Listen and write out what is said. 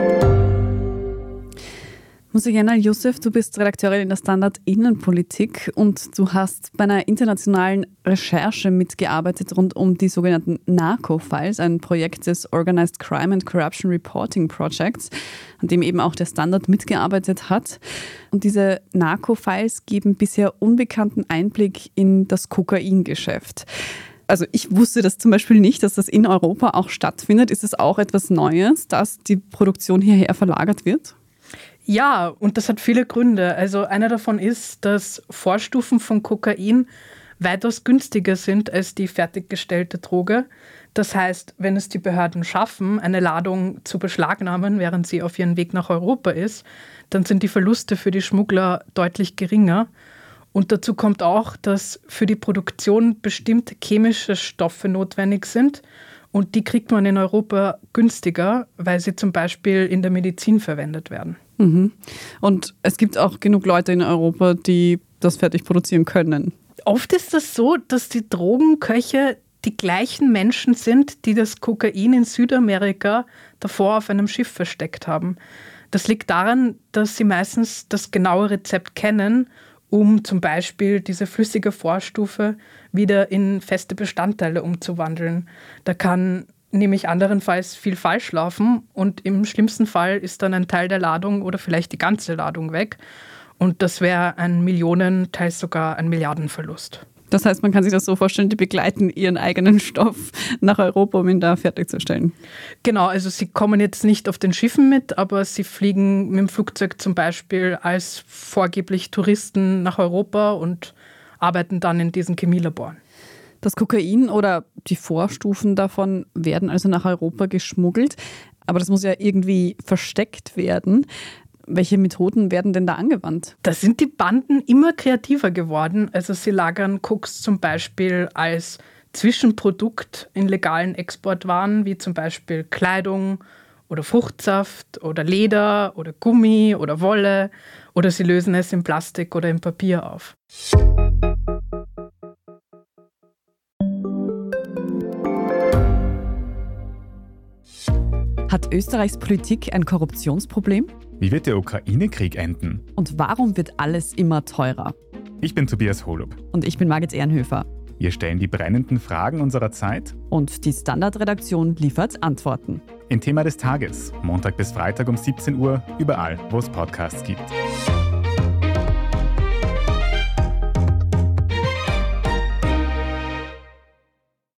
Musayen Al-Youssef, du bist Redakteurin in der Standard Innenpolitik und du hast bei einer internationalen Recherche mitgearbeitet rund um die sogenannten NARCO-Files, ein Projekt des Organized Crime and Corruption Reporting Projects, an dem eben auch der Standard mitgearbeitet hat. Und diese NARCO-Files geben bisher unbekannten Einblick in das Kokaingeschäft. Also ich wusste das zum Beispiel nicht, dass das in Europa auch stattfindet. Ist es auch etwas Neues, dass die Produktion hierher verlagert wird? Ja, und das hat viele Gründe. Also einer davon ist, dass Vorstufen von Kokain weitaus günstiger sind als die fertiggestellte Droge. Das heißt, wenn es die Behörden schaffen, eine Ladung zu beschlagnahmen, während sie auf ihrem Weg nach Europa ist, dann sind die Verluste für die Schmuggler deutlich geringer. Und dazu kommt auch, dass für die Produktion bestimmte chemische Stoffe notwendig sind. Und die kriegt man in Europa günstiger, weil sie zum Beispiel in der Medizin verwendet werden. Mhm. Und es gibt auch genug Leute in Europa, die das fertig produzieren können. Oft ist das so, dass die Drogenköche die gleichen Menschen sind, die das Kokain in Südamerika davor auf einem Schiff versteckt haben. Das liegt daran, dass sie meistens das genaue Rezept kennen, um zum Beispiel diese flüssige Vorstufe wieder in feste Bestandteile umzuwandeln. Da kann nämlich anderenfalls viel falsch laufen und im schlimmsten Fall ist dann ein Teil der Ladung oder vielleicht die ganze Ladung weg. Und das wäre ein Millionen-, teils sogar ein Milliardenverlust. Das heißt, man kann sich das so vorstellen, die begleiten ihren eigenen Stoff nach Europa, um ihn da fertigzustellen. Genau, also sie kommen jetzt nicht auf den Schiffen mit, aber sie fliegen mit dem Flugzeug zum Beispiel als vorgeblich Touristen nach Europa und arbeiten dann in diesen Chemielaboren. Das Kokain oder die Vorstufen davon werden also nach Europa geschmuggelt, aber das muss ja irgendwie versteckt werden. Welche Methoden werden denn da angewandt? Da sind die Banden immer kreativer geworden. Also sie lagern Koks zum Beispiel als Zwischenprodukt in legalen Exportwaren, wie zum Beispiel Kleidung oder Fruchtsaft oder Leder oder Gummi oder Wolle, oder sie lösen es in Plastik oder in Papier auf. Hat Österreichs Politik ein Korruptionsproblem? Wie wird der Ukraine-Krieg enden? Und warum wird alles immer teurer? Ich bin Tobias Holub. Und ich bin Margit Ehrenhöfer. Wir stellen die brennenden Fragen unserer Zeit. Und die Standard-Redaktion liefert Antworten. In Thema des Tages, Montag bis Freitag um 17 Uhr, überall, wo es Podcasts gibt.